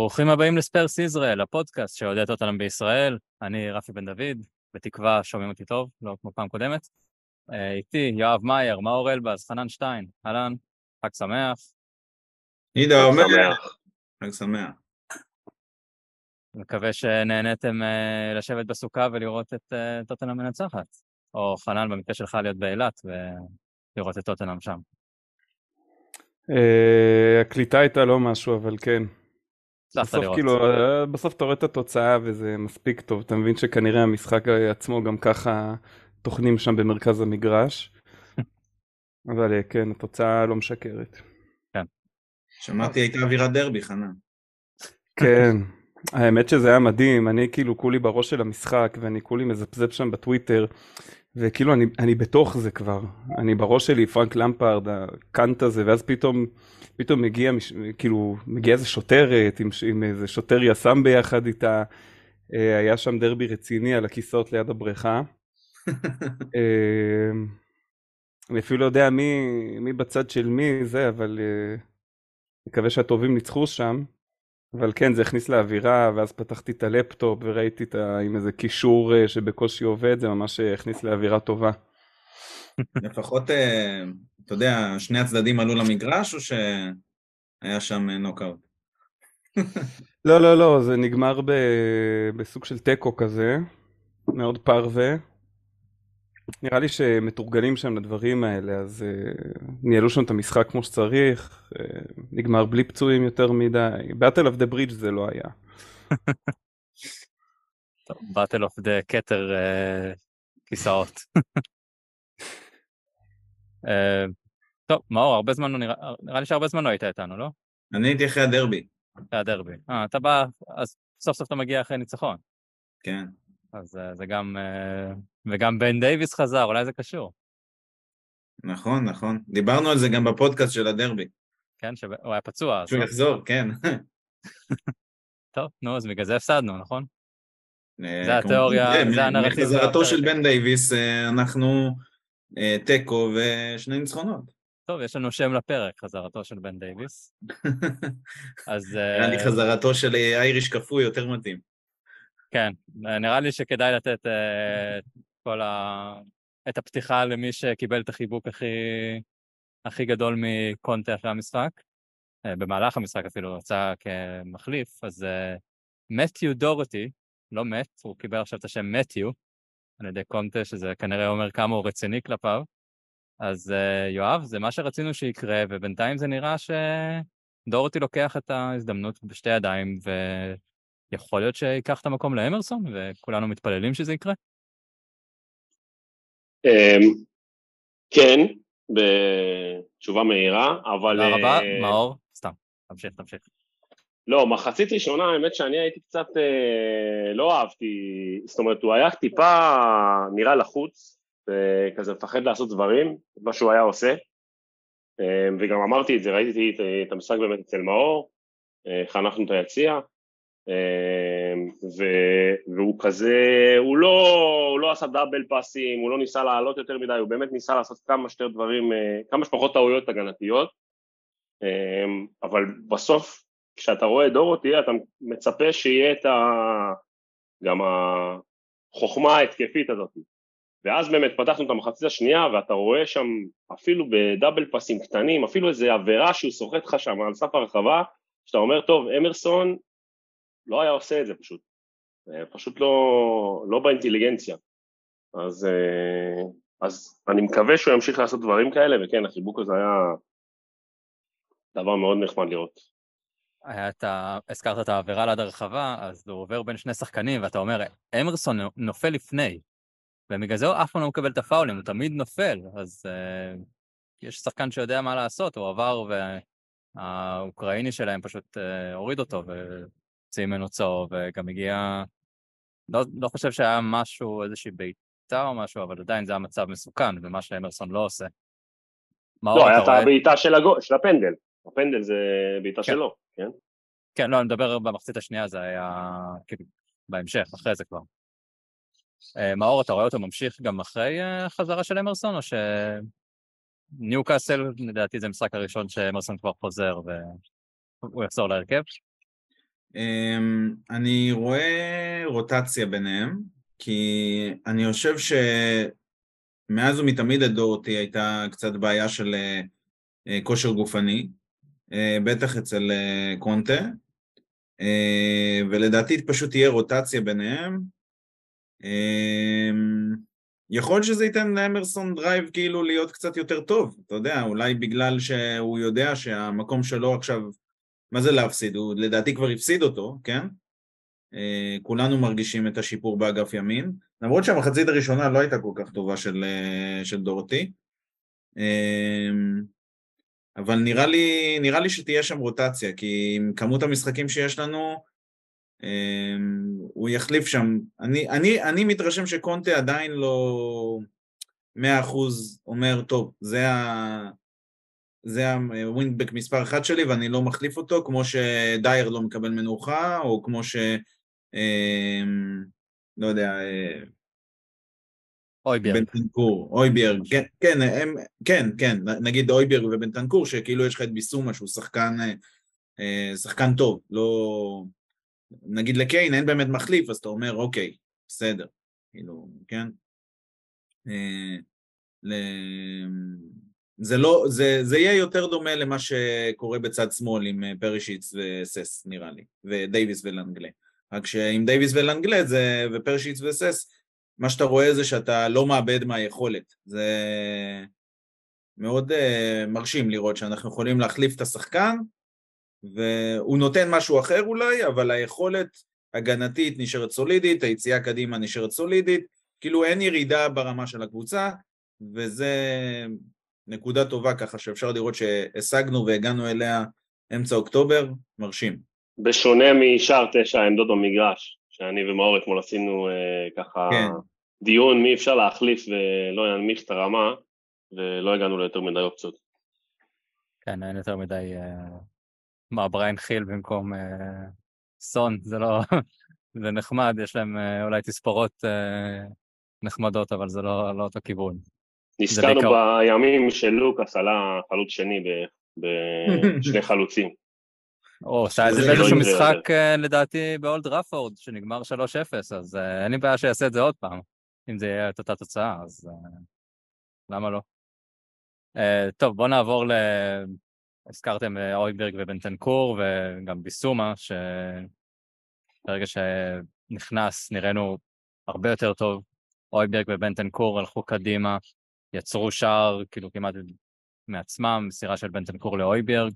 ברוכים הבאים לספרס ישראל, הפודקאסט שעודד אותנו בישראל. אני רפי בן דוד, בתקווה שומעים אותי טוב, לא כמו פעם קודמת. איתי יואב מאייר, מאור אלבז, חנן שטיין, אהלן, חג שמח. עידה אומר, חג שמח. מקווה שנהניתם לשבת בסוכה ולראות את טוטנהאם מנצחת, או חנן במקרה שלך להיות באילת ולראות את טוטנהאם שם. הקליטה הייתה לא משהו, אבל כן. בסוף כאילו, בסוף אתה רואה את התוצאה וזה מספיק טוב, אתה מבין שכנראה המשחק עצמו גם ככה תוכנים שם במרכז המגרש, אבל כן, התוצאה לא משקרת. כן. שמעתי הייתה אווירת דרבי, חנן. כן, האמת שזה היה מדהים, אני כאילו כולי בראש של המשחק ואני כולי מזפזפ שם בטוויטר, וכאילו אני בתוך זה כבר, אני בראש שלי פרנק למפרד, הקאנט הזה, ואז פתאום מגיע, כאילו, מגיע איזה שוטרת, עם איזה שוטר יסם ביחד איתה, היה שם דרבי רציני על הכיסאות ליד הבריכה. אני אפילו לא יודע מי בצד של מי זה, אבל מקווה שהטובים ניצחו שם. אבל כן, זה הכניס לאווירה, ואז פתחתי את הלפטופ וראיתי עם איזה קישור שבקושי עובד, זה ממש הכניס לאווירה טובה. לפחות, אתה יודע, שני הצדדים עלו למגרש, או שהיה שם נוקאוט? לא, זה נגמר בסוג של טקו כזה, מאוד פרווה. נראה לי שמתורגלים שם לדברים האלה, אז ניהלו שם את המשחק כמו שצריך, נגמר בלי פצועים יותר מדי. Battle of the Bridge זה לא היה. טוב, Battle of the כתר כיסאות. טוב, מאור, הרבה זמן, נראה לי שהרבה זמן לא היית איתנו, לא? אני הייתי אחרי הדרבי. אחרי הדרבי. אתה בא, אז סוף סוף אתה מגיע אחרי ניצחון. כן. אז זה גם, וגם בן דייביס חזר, אולי זה קשור. נכון. דיברנו על זה גם בפודקאסט של הדרבי. כן, שהוא היה פצוע. שהוא יחזור, כן. טוב, נו, אז בגלל זה הפסדנו, נכון? זה התיאוריה, זה הנרטיב. מחזרתו של בן דייביס, אנחנו טקו ושני ניצחונות. טוב, יש לנו שם לפרק, חזרתו של בן דייביס. אז נראה לי חזרתו של אייריש כפוי יותר מתאים. כן, נראה לי שכדאי לתת את הפתיחה למי שקיבל את החיבוק הכי גדול מקונטה אחרי המשחק. במהלך המשחק אפילו יצא כמחליף, אז מתיו דורותי, לא מת, הוא קיבל עכשיו את השם מתיו, על ידי קונטה, שזה כנראה אומר כמה הוא רציני כלפיו. אז יואב, זה מה שרצינו שיקרה, ובינתיים זה נראה שדורותי לוקח את ההזדמנות בשתי ידיים, ויכול להיות שיקח את המקום לאמרסון, וכולנו מתפללים שזה יקרה? כן, בתשובה מהירה, אבל... תודה רבה, מאור, סתם, תמשיך. לא, מחצית ראשונה, האמת שאני הייתי קצת, לא אהבתי, זאת אומרת, הוא היה טיפה נראה לחוץ, וכזה מפחד לעשות דברים, מה שהוא היה עושה, וגם אמרתי את זה, ראיתי את המשחק באמת אצל מאור, חנכנו את היציע, והוא כזה, הוא לא עשה דאבל פאסים, הוא לא ניסה לעלות יותר מדי, הוא באמת ניסה לעשות כמה שיותר דברים, כמה שפחות טעויות הגנתיות, אבל בסוף, כשאתה רואה דורותי, אתה מצפה שיהיה גם החוכמה ההתקפית הזאת. ואז באמת פתחנו את המחצית השנייה, ואתה רואה שם אפילו בדאבל פאסים קטנים, אפילו איזו עבירה שהוא שוחט לך שם על סף הרחבה, שאתה אומר, טוב, אמרסון לא היה עושה את זה פשוט לא באינטליגנציה. אז אני מקווה שהוא ימשיך לעשות דברים כאלה, וכן, החיבוק הזה היה דבר מאוד נחמד לראות. הזכרת את העבירה ליד הרחבה, אז הוא עובר בין שני שחקנים, ואתה אומר, אמרסון נופל לפני, ובגלל זה הוא אף פעם לא מקבל את הפאולים, הוא תמיד נופל, אז יש שחקן שיודע מה לעשות, הוא עבר, והאוקראיני שלהם פשוט הוריד אותו, וציא ממנו צהוב, וגם הגיע, לא חושב שהיה משהו, איזושהי בעיטה או משהו, אבל עדיין זה היה מצב מסוכן, ומה שאמרסון לא עושה. לא, היה את הבעיטה של הפנדל, הפנדל זה בעיטה שלו, כן? כן, לא, אני מדבר במחצית השנייה, זה היה בהמשך, אחרי זה כבר. מאור, אתה רואה אותו ממשיך גם אחרי חזרה של אמרסון, או שניוקאסל, לדעתי זה המשחק הראשון שאמרסון כבר חוזר, והוא יחזור להרכב? אני רואה רוטציה ביניהם, כי אני חושב שמאז ומתמיד לדורטי הייתה קצת בעיה של כושר גופני, בטח אצל קונטה, ולדעתי פשוט תהיה רוטציה ביניהם. יכול שזה ייתן לאמרסון דרייב כאילו להיות קצת יותר טוב, אתה יודע, אולי בגלל שהוא יודע שהמקום שלו עכשיו, מה זה להפסיד? הוא לדעתי כבר הפסיד אותו, כן? כולנו מרגישים את השיפור באגף ימין, למרות שהמחצית הראשונה לא הייתה כל כך טובה של דורטי, אבל נראה לי שתהיה שם רוטציה, כי עם כמות המשחקים שיש לנו, הוא יחליף שם. אני מתרשם שקונטה עדיין לא 100% אומר, טוב, זה הווינגבק מספר 1 שלי ואני לא מחליף אותו, כמו שדייר לא מקבל מנוחה, או כמו לא יודע, בנטנקור, אויביארג, כן, נגיד אויביארג ובנטנקור, שכאילו יש לך את ביסומה שהוא שחקן טוב, לא, נגיד לקיין אין באמת מחליף, אז אתה אומר אוקיי, בסדר, כאילו, כן, זה יהיה יותר דומה למה שקורה בצד שמאל עם פרישיץ וסס, נראה לי, ודייביס ולנגלה. רק שעם דייביס ולנגלה ופרישיץ וסס, מה שאתה רואה זה שאתה לא מאבד מהיכולת. זה מאוד מרשים לראות שאנחנו יכולים להחליף את השחקן, והוא נותן משהו אחר אולי, אבל היכולת הגנתית נשארת סולידית, היציאה קדימה נשארת סולידית, כאילו אין ירידה ברמה של הקבוצה, וזה נקודה טובה ככה שאפשר לראות שהשגנו והגענו אליה אמצע אוקטובר, מרשים. בשונה משאר 9 העמדות במגרש, שאני ומאור אתמול עשינו ככה כן. דיון מי אפשר להחליף ולא ינמיך את הרמה, ולא הגענו ליותר מדי אופציות. כן, אין יותר מדי בריין חיל במקום סון, זה לא, זה נחמד, יש להם אולי תספורות נחמדות, אבל זה לא אותו כיוון. נזכרנו בימים של לוקאס עלה חלוץ שני בשני חלוצים. או, עשה את זה באיזשהו משחק לדעתי באולד ראפורד, שנגמר 3-0, אז אין לי בעיה שיעשה את זה עוד פעם, אם זה יהיה את אותה תוצאה, אז למה לא? טוב, בואו נעבור הזכרתם אויברג ובנטנקור, וגם ביסומה, שברגע שנכנס נראינו הרבה יותר טוב, אויברג ובנטנקור הלכו קדימה, יצרו שער, כאילו כמעט מעצמם, מסירה של בנטנקור לאויברג.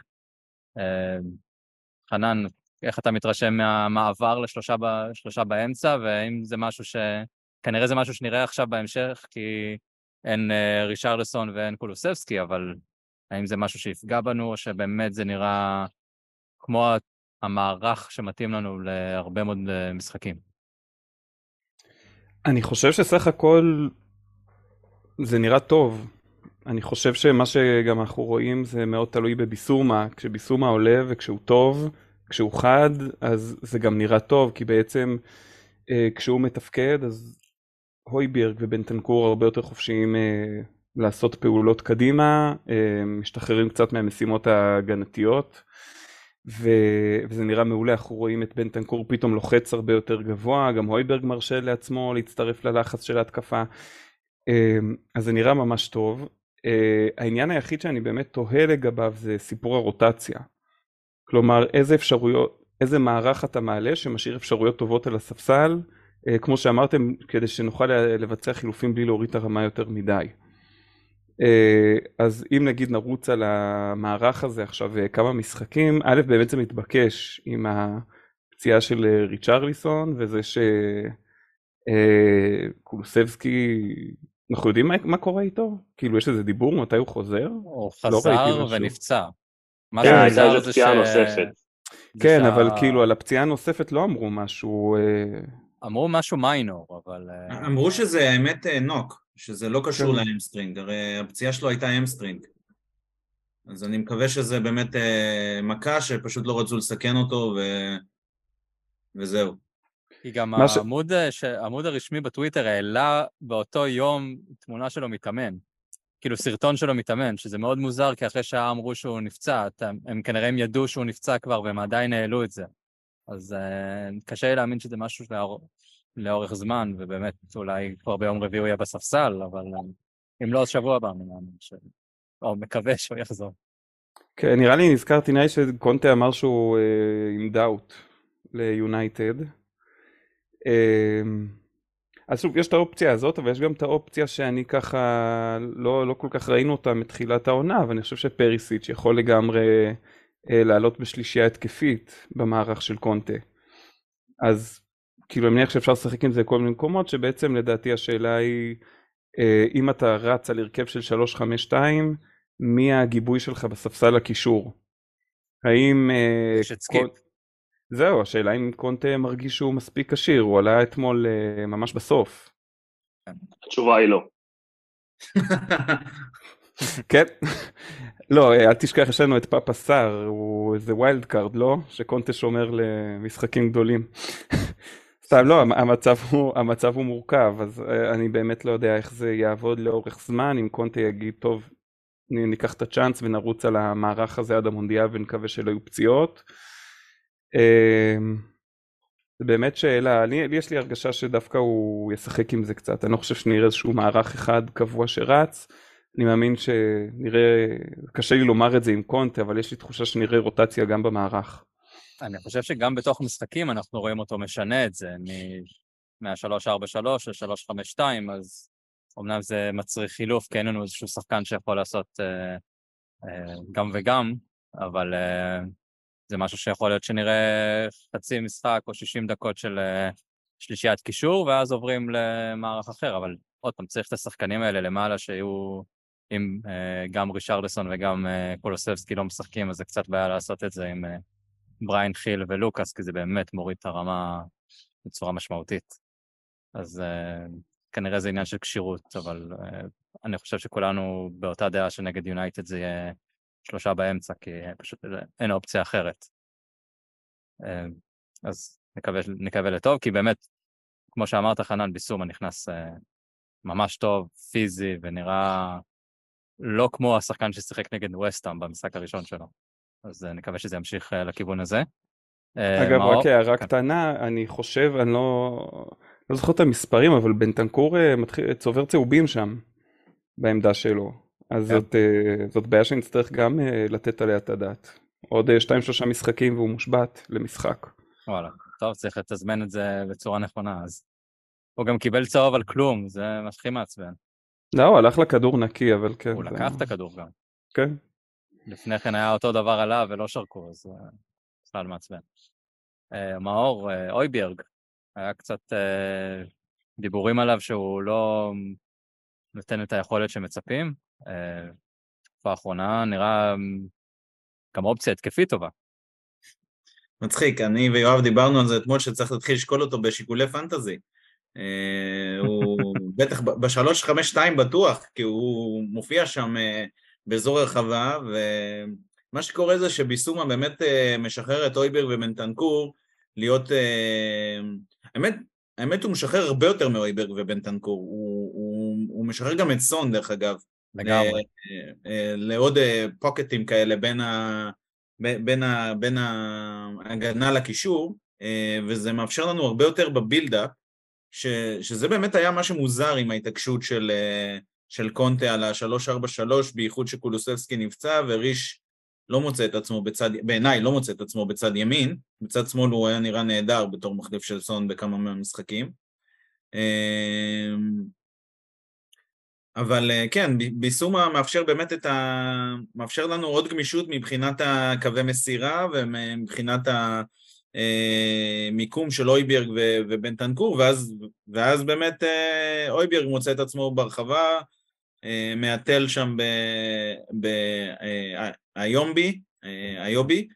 חנן, איך אתה מתרשם מהמעבר לשלושה באמצע, והאם זה משהו כנראה זה משהו שנראה עכשיו בהמשך, כי אין רישרלסון ואין קולוסבסקי, אבל האם זה משהו שיפגע בנו, או שבאמת זה נראה כמו המערך שמתאים לנו להרבה מאוד משחקים? אני חושב שסך הכל זה נראה טוב. אני חושב שמה שגם אנחנו רואים זה מאוד תלוי בביסומה. כשביסומה עולה וכשהוא טוב, כשהוא חד, אז זה גם נראה טוב, כי בעצם כשהוא מתפקד, אז הויברג ובנטנקור הרבה יותר חופשיים לעשות פעולות קדימה, משתחררים קצת מהמשימות ההגנתיות, וזה נראה מעולה. אנחנו רואים את בנטנקור פתאום לוחץ הרבה יותר גבוה, גם הויברג מרשה לעצמו להצטרף ללחץ של ההתקפה, אז זה נראה ממש טוב. העניין היחיד שאני באמת תוהה לגביו זה סיפור הרוטציה. כלומר, איזה מערך אתה מעלה שמשאיר אפשרויות טובות על הספסל, כמו שאמרתם, כדי שנוכל לבצע חילופים בלי להוריד את הרמה יותר מדי. אז אם נגיד נרוץ על המערך הזה עכשיו כמה משחקים, א' באמת זה מתבקש עם הפציעה של ריצ'רליסון, וזה שקולוסבסקי, אנחנו יודעים מה קורה איתו? כאילו יש איזה דיבור מתי הוא חוזר? הוא חזר ונפצע. הייתה איזו פציעה נוספת. כן, אבל כאילו על הפציעה הנוספת לא אמרו משהו. אמרו משהו מיינור, אבל אמרו שזה האמת נוק, שזה לא קשור לאמסטרינג, הרי הפציעה שלו הייתה אמסטרינג. אז אני מקווה שזה באמת מכה שפשוט לא רצו לסכן אותו וזהו. כי גם העמוד הרשמי בטוויטר העלה באותו יום תמונה שלו מתאמן, כאילו סרטון שלו מתאמן, שזה מאוד מוזר, כי אחרי שעה אמרו שהוא נפצע, הם כנראה ידעו שהוא נפצע כבר, והם עדיין העלו את זה. אז קשה לי להאמין שזה משהו לאורך זמן, ובאמת אולי כבר ביום רביעי הוא יהיה בספסל, אבל אם לא, אז שבוע הבא, אני מאמין או מקווה שהוא יחזור. כן, נראה לי נזכרתי, נראה לי שקונטה אמר שהוא עם דאוט ליונייטד. אז שוב, יש את האופציה הזאת, אבל יש גם את האופציה שאני ככה, לא כל כך ראינו אותה מתחילת העונה, אבל אני חושב שפריסיץ' יכול לגמרי לעלות בשלישייה התקפית במערך של קונטה. אז כאילו אני מניח שאפשר לשחק עם זה כל מיני מקומות, שבעצם לדעתי השאלה היא, אם אתה רץ על הרכב של 3-5-2, מי הגיבוי שלך בספסל הקישור? האם... יש את סקיפ. זהו, השאלה אם קונטה מרגיש שהוא מספיק קשיר, הוא עלה אתמול ממש בסוף. התשובה היא לא. כן, לא, אל תשכח, יש לנו את פאפה סאר, הוא איזה ווילד קארד, לא? שקונטה שומר למשחקים גדולים. סתם, לא, המצב הוא מורכב, אז אני באמת לא יודע איך זה יעבוד לאורך זמן, אם קונטה יגיד, טוב, ניקח את הצ'אנס ונרוץ על המערך הזה עד המונדיאל ונקווה שלא יהיו פציעות. זה באמת שאלה, יש לי הרגשה שדווקא הוא ישחק עם זה קצת, אני לא חושב שנראה איזשהו מערך אחד קבוע שרץ, אני מאמין שנראה, קשה לי לומר את זה עם קונטה, אבל יש לי תחושה שנראה רוטציה גם במערך. אני חושב שגם בתוך משחקים אנחנו רואים אותו משנה את זה, מה-3-4-3 ל-3-5-2, אז אומנם זה מצריך חילוף, כי אין לנו איזשהו שחקן שיכול לעשות גם וגם, אבל זה משהו שיכול להיות שנראה חצי משחק או 60 דקות של שלישיית קישור, ואז עוברים למערך אחר, אבל עוד פעם צריך את השחקנים האלה למעלה שיהיו, אם גם רישרדסון וגם קולוסבסקי לא משחקים, אז זה קצת בעיה לעשות את זה עם בריין חיל ולוקאס, כי זה באמת מוריד את הרמה בצורה משמעותית. אז כנראה זה עניין של קשירות, אבל אני חושב שכולנו באותה דעה שנגד יונייטד זה יהיה 3 באמצע, כי פשוט אין אופציה אחרת. אז נקווה לטוב, כי באמת, כמו שאמרת חנן, ביסומה נכנס ממש טוב, פיזי, ונראה לא כמו השחקן ששיחק נגד ווסטהאם במשחק הראשון שלו. אז נקווה שזה ימשיך לכיוון הזה. אגב, רק הערה קטנה, אני חושב, אני לא זוכר את המספרים, אבל בנטנקור צובר צהובים שם, בעמדה שלו. אז זאת בעיה שנצטרך גם לתת עליה את הדעת. עוד 2-3 משחקים והוא מושבת למשחק. וואלה, טוב, צריך לתזמן את זה בצורה נכונה, אז הוא גם קיבל צהוב על כלום, זה משכי מעצבן. לא, הוא הלך לכדור נקי, אבל כן. הוא לקח את הכדור גם. כן. לפני כן היה אותו דבר עליו ולא שרקו, אז בכלל מעצבן. מאור, אויברג, היה קצת דיבורים עליו שהוא לא נותן את היכולת שמצפים. תקופה האחרונה נראה גם אופציה התקפית טובה. מצחיק, אני ויואב דיברנו על זה אתמול שצריך להתחיל לשקול אותו בשיקולי פנטזי. הוא בטח ב-3-5-2 בטוח, כי הוא מופיע שם באזור הרחבה, ומה שקורה זה שביסומה באמת משחרר את אויברג ובנטנקור להיות, האמת הוא משחרר הרבה יותר מאויברג ובנטנקור, הוא משחרר גם את סון דרך אגב, לגמרי. לעוד פוקטים כאלה בין ההגנה לקישור, וזה מאפשר לנו הרבה יותר בבילדאפ, שזה באמת היה משהו מוזר עם ההתעקשות של קונטה על ה-3-4-3, בייחוד שקולוסבסקי נפצע, וריש לא מוצא את עצמו בעיניי לא מוצא את עצמו בצד ימין, בצד שמאל הוא היה נראה נהדר בתור מחליף של סון בכמה מהמשחקים. אבל כן, ביסומה מאפשר באמת מאפשר לנו עוד גמישות מבחינת הקווי מסירה, ומבחינת המיקום של אויברג ובנטנקור, ואז באמת אויברג מוצא את עצמו ברחבה, מעטל שם איובי,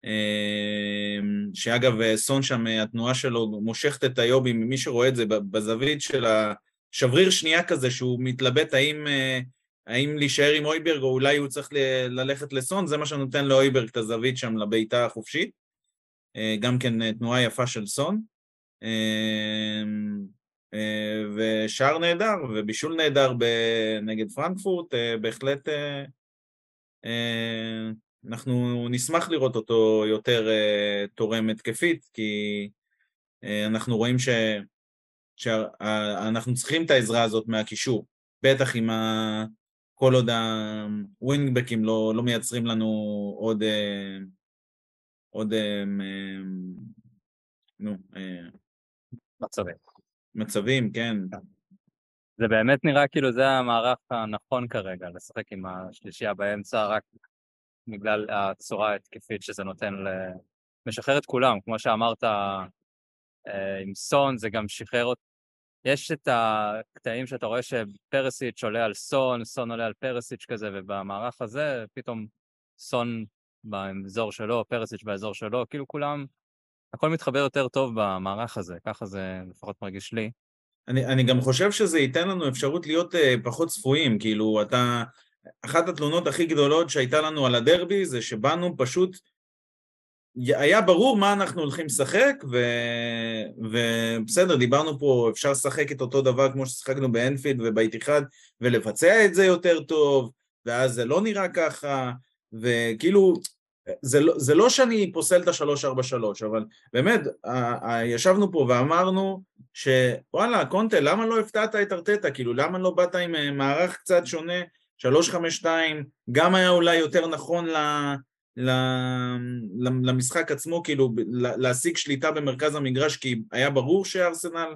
שאגב סון שם התנועה שלו מושכת את איובי, ממי שרואה את זה בזווית של שבריר שנייה כזה, שהוא מתלבט האם להישאר עם אויברג, או אולי הוא צריך ללכת לסון, זה מה שנותן לאויברג את הזווית שם לביתה החופשית, גם כן תנועה יפה של סון, ושער נהדר, ובישול נהדר נגד פרנקפורט, בהחלט אנחנו נשמח לראות אותו יותר תורם התקפית, כי אנחנו רואים שאנחנו צריכים את העזרה הזאת מהקישור, בטח עם כל עוד הווינגבקים לא מייצרים לנו עוד מצבים, כן. זה באמת נראה כאילו זה המערך הנכון כרגע, לשחק עם השלישייה באמצע, רק בגלל הצורה ההתקפית שזה נותן משחרר את כולם, כמו שאמרת, עם סון זה גם שחרר, יש את הקטעים שאתה רואה שפרסיץ' עולה על סון, סון עולה על פרסיץ' כזה, ובמערך הזה פתאום סון באזור שלו, פרסיץ' באזור שלו, כאילו כולם, הכל מתחבר יותר טוב במערך הזה, ככה זה לפחות מרגיש לי. אני גם חושב שזה ייתן לנו אפשרות להיות פחות צפויים, כאילו אחת התלונות הכי גדולות שהייתה לנו על הדרבי זה שבאנו פשוט, היה ברור מה אנחנו הולכים לשחק, ובסדר, דיברנו פה, אפשר לשחק את אותו דבר כמו ששחקנו באנפילד ובאיתיחד, ולבצע את זה יותר טוב, ואז זה לא נראה ככה, וכאילו, זה לא שאני פוסל את ה-3-4-3, אבל באמת, ישבנו פה ואמרנו שוואלה, קונטה, למה לא הפתעת את ארטטה? כאילו, למה לא באת עם מערך קצת שונה, 3-5-2, גם היה אולי יותר נכון למשחק עצמו, כאילו להשיג שליטה במרכז המגרש, כי היה ברור שארסנל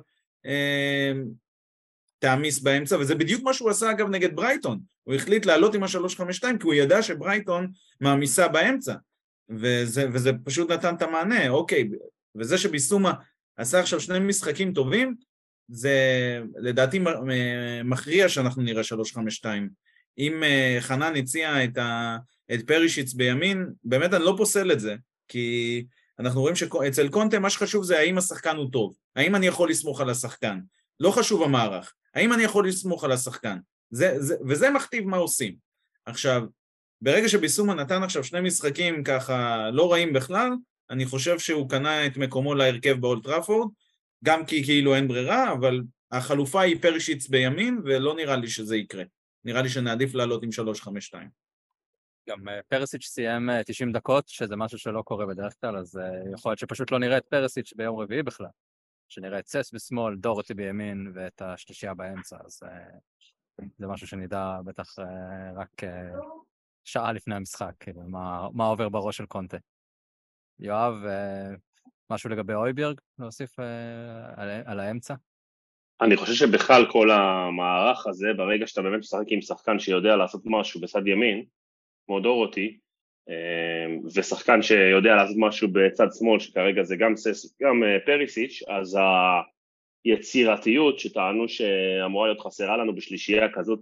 תעמיס באמצע, וזה בדיוק מה שהוא עשה אגב נגד ברייטון, הוא החליט לעלות עם ה-3-5-2, כי הוא ידע שברייטון מעמיסה באמצע, וזה פשוט נתן את המענה, אוקיי, וזה שביסומה עשה עכשיו 2 משחקים טובים, זה לדעתי מכריע שאנחנו נראה 3-5-2, אם חנן הציע את פרישיץ בימין, באמת אני לא פוסל את זה, כי אנחנו רואים שאצל קונטה מה שחשוב זה האם השחקן הוא טוב, האם אני יכול לסמוך על השחקן, לא חשוב המערך, האם אני יכול לסמוך על השחקן, וזה מכתיב מה עושים. עכשיו, ברגע שביסומה נתן עכשיו 2 משחקים ככה לא רעים בכלל, אני חושב שהוא קנה את מקומו להרכב באולד טראפורד, גם כי כאילו אין ברירה, אבל החלופה היא פרישיץ בימין, ולא נראה לי שזה יקרה. נראה לי שנעדיף לעלות עם 3-5-2. גם פרסיץ' סיים 90 דקות, שזה משהו שלא קורה בדרך כלל, אז יכול להיות שפשוט לא נראה את פרסיץ' ביום רביעי בכלל. שנראה את סס בשמאל, דורותי בימין, ואת השלישייה באמצע, אז זה משהו שנדע בטח רק שעה לפני המשחק, כאילו, מה עובר בראש של קונטה. יואב, משהו לגבי אויברג להוסיף על האמצע? אני חושב שבכלל כל המערך הזה, ברגע שאתה באמת משחק עם שחקן שיודע לעשות משהו בצד ימין, כמו דורותי, ושחקן שיודע לעשות משהו בצד שמאל, שכרגע זה גם סס, גם פריסיץ', אז היצירתיות שטענו שאמורה להיות חסרה לנו בשלישייה כזאת,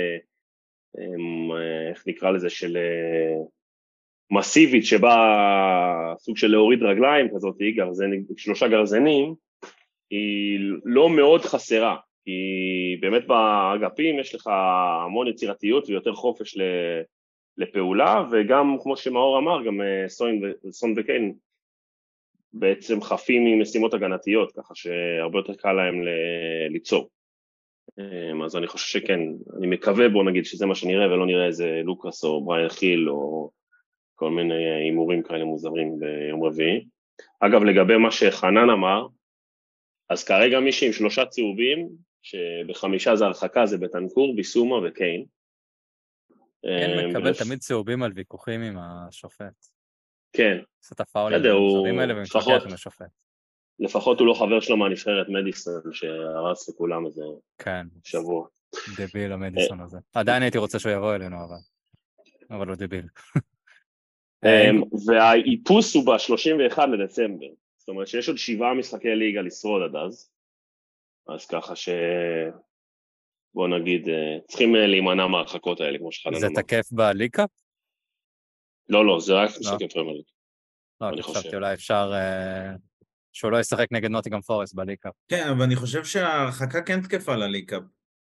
איך נקרא לזה, של מסיבית, שבה סוג של להוריד רגליים כזאת, 3 גרזנים, היא לא מאוד חסרה, כי באמת באגפים יש לך המון יצירתיות ויותר חופש לפעולה, וגם כמו שמאור אמר, גם סון וקיין בעצם חפים ממשימות הגנתיות, ככה שהרבה יותר קל להם ליצור. אז אני חושב שכן, אני מקווה בוא נגיד שזה מה שנראה, ולא נראה איזה לוקאס או בריין חיל, או כל מיני הימורים כאלה מוזרים ביום רביעי. אגב, לגבי מה שחנן אמר, אז כרגע מישהי עם 3 צהובים, שב5 זה הרחקה, זה בטנקור, ביסומה וקיין. כן, מקבל תמיד צהובים על ויכוחים עם השופט. כן. עושה את הפאולים המוזרים האלה ומתווכח עם השופט. לפחות הוא לא חבר שלו מהנבחרת מדיסון, שהרס לכולם איזה שבוע. דביל המדיסון הזה. עדיין הייתי רוצה שהוא יבוא אלינו, אבל הוא דביל. והאיפוס הוא ב-31 לדצמבר. זאת אומרת שיש עוד 7 משחקי ליגה לשרוד עד אז ככה בוא נגיד, צריכים להימנע מהרחקות האלה, כמו שחנן אמר. זה תקף בליקאפ? לא, זה רק משחקים פרמייר ליג. לא, אני חשבתי אולי אפשר שהוא לא ישחק נגד נוטיגהאם פורסט בליקאפ. כן, אבל אני חושב שההרחקה כן תקפה לליקאפ.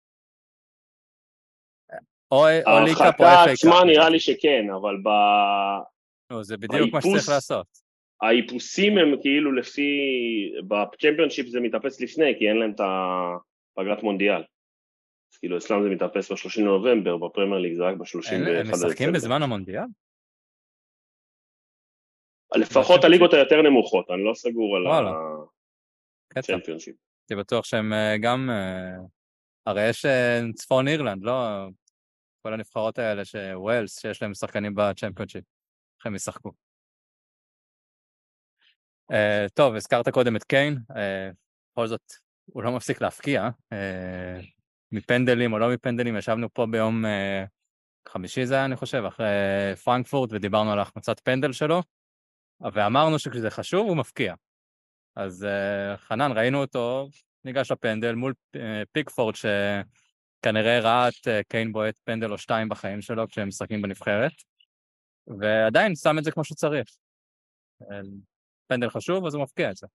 או ליקאפ או FA קאפ. ההרחקה עצמה נראה לי שכן, אבל זה בדיוק מה שצריך לעשות. האיפוסים הם כאילו לפי, בצ'מפיונשיפ זה מתאפס לפני, כי אין להם את הפגרת מונדיאל. כאילו אצלם זה מתאפס ב-30 לנובמבר, בפרמייר ליג זה רק ב-31 דצמבר. הם משחקים בזמן המונדיאל? לפחות הליגות היותר נמוכות, אני לא סגור על וואלה. קטע. הצ'מפיונשיפ. הייתי בטוח שהם גם, הרי יש צפון אירלנד, לא? כל הנבחרות האלה, ווילס, שיש להם שחקנים בצ'מפיונשיפ, איך הם ישחקו. טוב, הזכרת קודם את קיין, בכל זאת, הוא לא מפסיק להפקיע, מפנדלים או לא מפנדלים, ישבנו פה ביום חמישי זה היה, אני חושב, אחרי פרנקפורט, ודיברנו על ההחמצת פנדל שלו, ואמרנו שכשזה חשוב, הוא מפקיע. אז חנן, ראינו אותו, ניגש לפנדל מול פיקפורד, שכנראה ראה את קיין בועט פנדל או 2 בחיים שלו, כשהם משחקים בנבחרת, ועדיין שם את זה כמו שצריך. פנדל חשוב, אז הוא מפקיע את זה.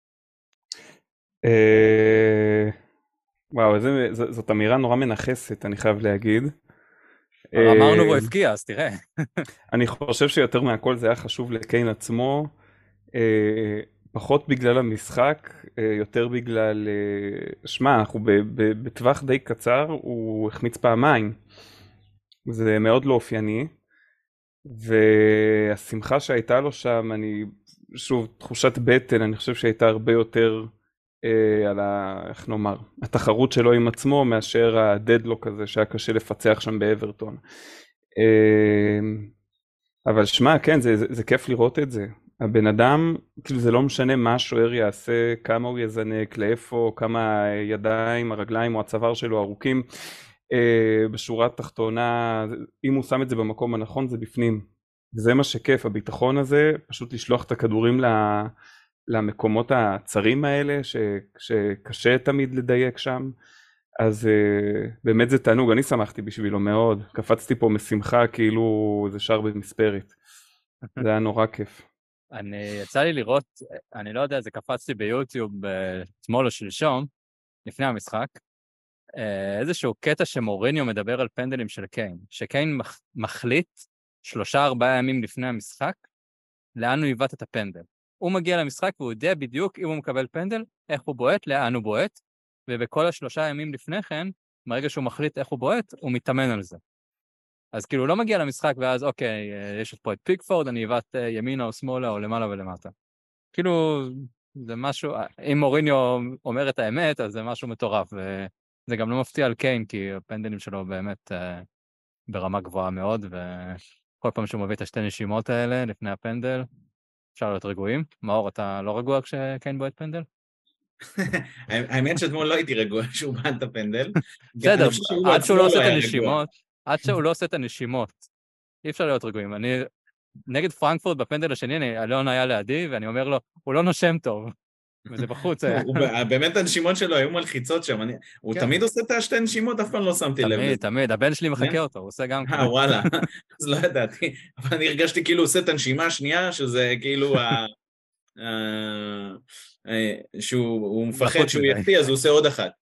וואו, זאת אמירה נורא מנחסת, אני חייב להגיד. אמרנו והוא הפקיע, אז תראה. אני חושב שיותר מהכל זה היה חשוב לקיין עצמו, פחות בגלל המשחק, יותר בגלל, שמע, אנחנו בטווח די קצר, הוא החמיץ פעמיים. זה מאוד לא אופייני, והשמחה שהייתה לו שם, שוב, תחושת בטן, אני חושב שהייתה הרבה יותר על איך נאמר, התחרות שלו עם עצמו, מאשר הדדלוק הזה שהיה קשה לפצח שם באברטון. אבל שמה, כן, זה כיף לראות את זה. הבן אדם, כאילו זה לא משנה מה השוער יעשה, כמה הוא יזנק, לאיפה, כמה ידיים, הרגליים או הצוואר שלו ארוכים, בשורה התחתונה, אם הוא שם את זה במקום הנכון, זה בפנים. וזה מה שכיף, הביטחון הזה, פשוט לשלוח את הכדורים למקומות הצרים האלה, שקשה תמיד לדייק שם. אז באמת זה תענוג, אני שמחתי בשבילו מאוד, קפצתי פה משמחה כאילו זה שר במספרת. זה היה נורא כיף. יצא לי לראות, אני לא יודע, זה קפצתי ביוטיוב אתמול או שלשום, לפני המשחק, איזשהו קטע שמוריניו מדבר על פנדלים של קיין, שקיין מחליט 3-4 ימים לפני המשחק, לאן הוא יבט את הפנדל. הוא מגיע למשחק והוא יודע בדיוק אם הוא מקבל פנדל, איך הוא בועט, לאן הוא בועט, ובכל 3 ימים לפני כן, מרגע שהוא מחליט איך הוא בועט, הוא מתאמן על זה. אז כאילו הוא לא מגיע למשחק ואז אוקיי, יש פה את פיקפורד, אני אבט ימינה או שמאלה או למעלה ולמטה. כאילו זה משהו, אם מוריניו אומר את האמת, אז זה משהו מטורף, וזה גם לא מפתיע על קיין, כי הפנדלים שלו באמת ברמה גבוהה מאוד, וכל פעם שהוא מביא את 2 נשימות האלה לפני הפנדל, אפשר להיות רגועים. מאור, אתה לא רגוע כשקיין בועט פנדל? האמת שאתמול לא הייתי רגוע שהוא בועט את הפנדל. בסדר, עד שהוא לא עושה את הנשימות, עד שהוא לא עושה את הנשימות, אי אפשר להיות רגועים. אני, נגד פרנקפורט בפנדל השני, אלון היה לידי, ואני אומר לו, הוא לא נושם טוב, וזה בחוץ. באמת הנשימות שלו היו מלחיצות שם, הוא תמיד עושה את 2 נשימות, אף פעם לא שמתי לב. תמיד, הבן שלי מחכה אותו, הוא עושה גם ככה. וואלה, אז לא ידעתי, אבל אני הרגשתי כאילו הוא עושה את הנשימה השנייה, שזה כאילו שהוא מפחד שהוא יחטיא, אז הוא עושה עוד אחת.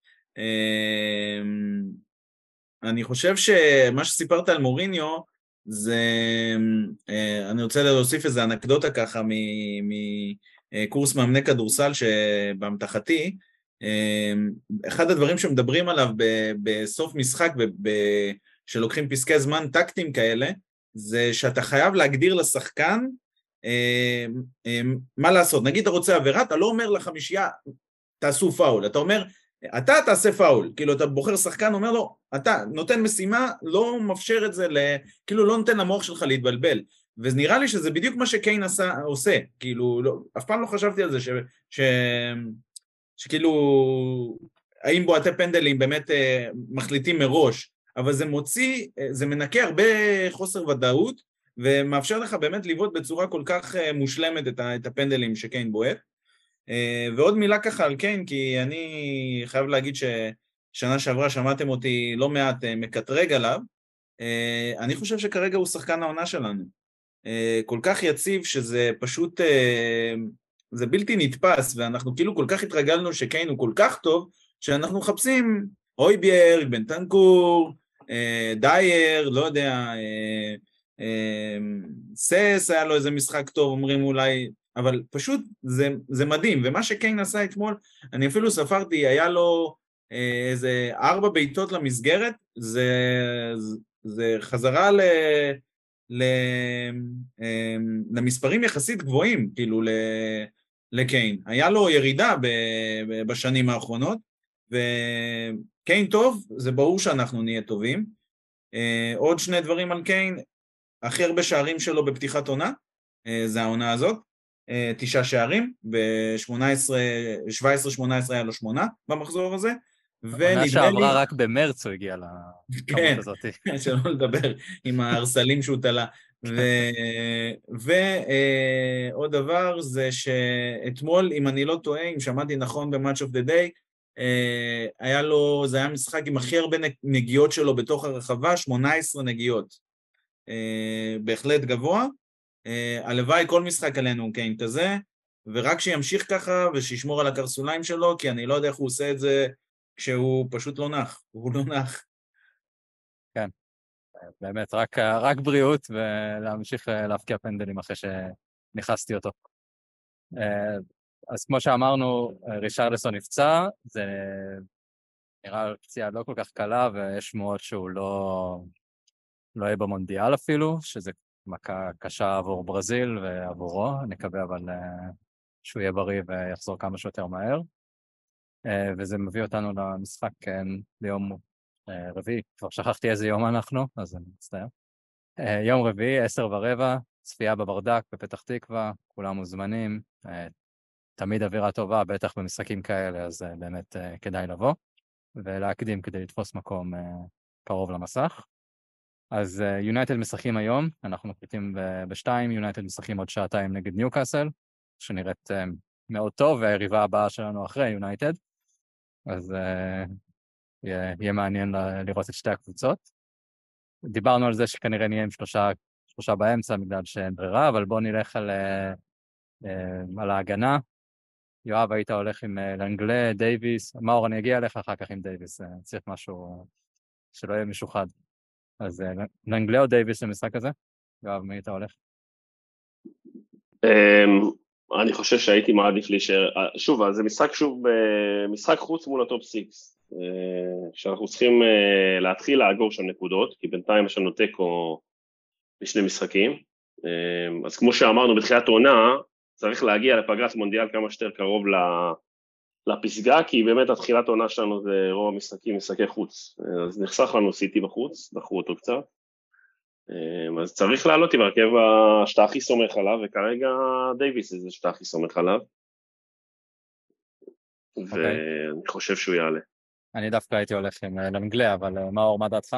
אני חושב שמה שסיפרת על מוריניו, זה, אני רוצה להוסיף איזו אנקדוטה ככה מקורס מאמני כדורסל שבאמתחתי, אחד הדברים שמדברים עליו בסוף משחק, שלוקחים פסקי זמן טקטיים כאלה, זה שאתה חייב להגדיר לשחקן מה לעשות. נגיד אתה רוצה עבירה, אתה לא אומר לחמישייה, תעשו פאול, אתה אומר, אתה תעשה פאול, כאילו אתה בוחר שחקן, אומר לו, אתה נותן משימה, לא מפשר את זה, כאילו לא נותן למוח שלך להתבלבל, ונראה לי שזה בדיוק מה שקיין עושה, כאילו, לא, אף פעם לא חשבתי על זה, שכאילו, האם בועטי פנדלים באמת מחליטים מראש, אבל זה מוציא, זה מנקה הרבה חוסר ודאות, ומאפשר לך באמת לבעוט בצורה כל כך מושלמת את הפנדלים שקיין בועט. ועוד מילה ככה על קיין, כי אני חייב להגיד ששנה שעברה שמעתם אותי לא מעט מקטרג עליו, אני חושב שכרגע הוא שחקן העונה שלנו. כל כך יציב שזה פשוט, זה בלתי נתפס, ואנחנו כאילו כל כך התרגלנו שקיין הוא כל כך טוב, שאנחנו מחפשים הויביארג, בנטנקור, דייר, לא יודע, סס היה לו איזה משחק טוב, אומרים אולי, אבל פשוט זה מדהים, ומה שקיין עשה אתמול, אני אפילו ספרתי, היה לו איזה 4 בעיטות למסגרת, זה חזרה למספרים יחסית גבוהים, כאילו לקיין. היה לו ירידה בשנים האחרונות, וקיין טוב, זה ברור שאנחנו נהיה טובים. עוד שני דברים על קיין, הכי הרבה שערים שלו בפתיחת עונה, זה העונה הזאת, 9 שערים, ב-17-18 היה לו 8 במחזור הזה, עונה שעברה רק במרץ הוא הגיע לכמות הזאת. כן, שלא לדבר עם ההרסלים שהוא תלה. ועוד דבר זה שאתמול, אם אני לא טועה, אם שמעתי נכון ב-Match of the Day, זה היה משחק עם הכי הרבה נגיעות שלו בתוך הרחבה, 18 נגיעות. בהחלט גבוה. הלוואי כל משחק עלינו קיין כזה, ורק שימשיך ככה ושישמור על הקרסוליים שלו, כי אני לא יודע איך הוא עושה את זה כשהוא פשוט לא נח, הוא לא נח. כן, באמת, רק בריאות ולהמשיך להפקיע פנדלים אחרי שנכנסתי אותו. אז כמו שאמרנו, רישרליסון נפצע, זה נראה פציעה לא כל כך קלה, ויש שמועות שהוא לא יהיה במונדיאל אפילו, שזה מכה קשה עבור ברזיל ועבורו, נקווה אבל שהוא יהיה בריא ויחזור כמה שיותר מהר. וזה מביא אותנו למשחק ביום רביעי, כבר שכחתי איזה יום אנחנו, אז אני מצטער. יום רביעי, 10:15, צפייה בברדק בפתח תקווה, כולם מוזמנים, תמיד אווירה טובה, בטח במשחקים כאלה, אז באמת כדאי לבוא, ולהקדים כדי לתפוס מקום קרוב למסך. אז יונייטד משחקים היום, אנחנו מקליטים ב-2, יונייטד משחקים עוד שעתיים נגד ניוקאסל, שנראית מאוד טוב, והיריבה הבאה שלנו אחרי יונייטד, אז יהיה מעניין לראות את שתי הקבוצות. דיברנו על זה שכנראה נהיה עם שלושה באמצע, בגלל שאין ברירה, אבל בואו נלך על ההגנה. יואב, היית הולך עם לנגלה, דייביס, מאור, אני אגיע אליך אחר כך עם דייביס, צריך משהו שלא יהיה משוחד. אז לנגלה או דייביס למשחק הזה? יואב, מי היית הולך? אני חושב שהייתי מעדיף להישאר, שוב, זה משחק חוץ מול הטופ 6, שאנחנו צריכים להתחיל לאגור שם נקודות, כי בינתיים יש לנו תיקו בשני משחקים, אז כמו שאמרנו בתחילת עונה, צריך להגיע לפגרת מונדיאל כמה שיותר קרוב לפסגה, כי באמת התחילת עונה שלנו זה רוב המשחקים, משחקי חוץ, אז נחסך לנו סיטי בחוץ, דחו אותו קצת, אז צריך לעלות עם הרכב שאתה הכי סומך עליו, וכרגע דייביס זה שאתה הכי סומך עליו, ואני חושב שהוא יעלה. אני דווקא הייתי הולך עם לנגלה, אבל מאור, מה דעתך?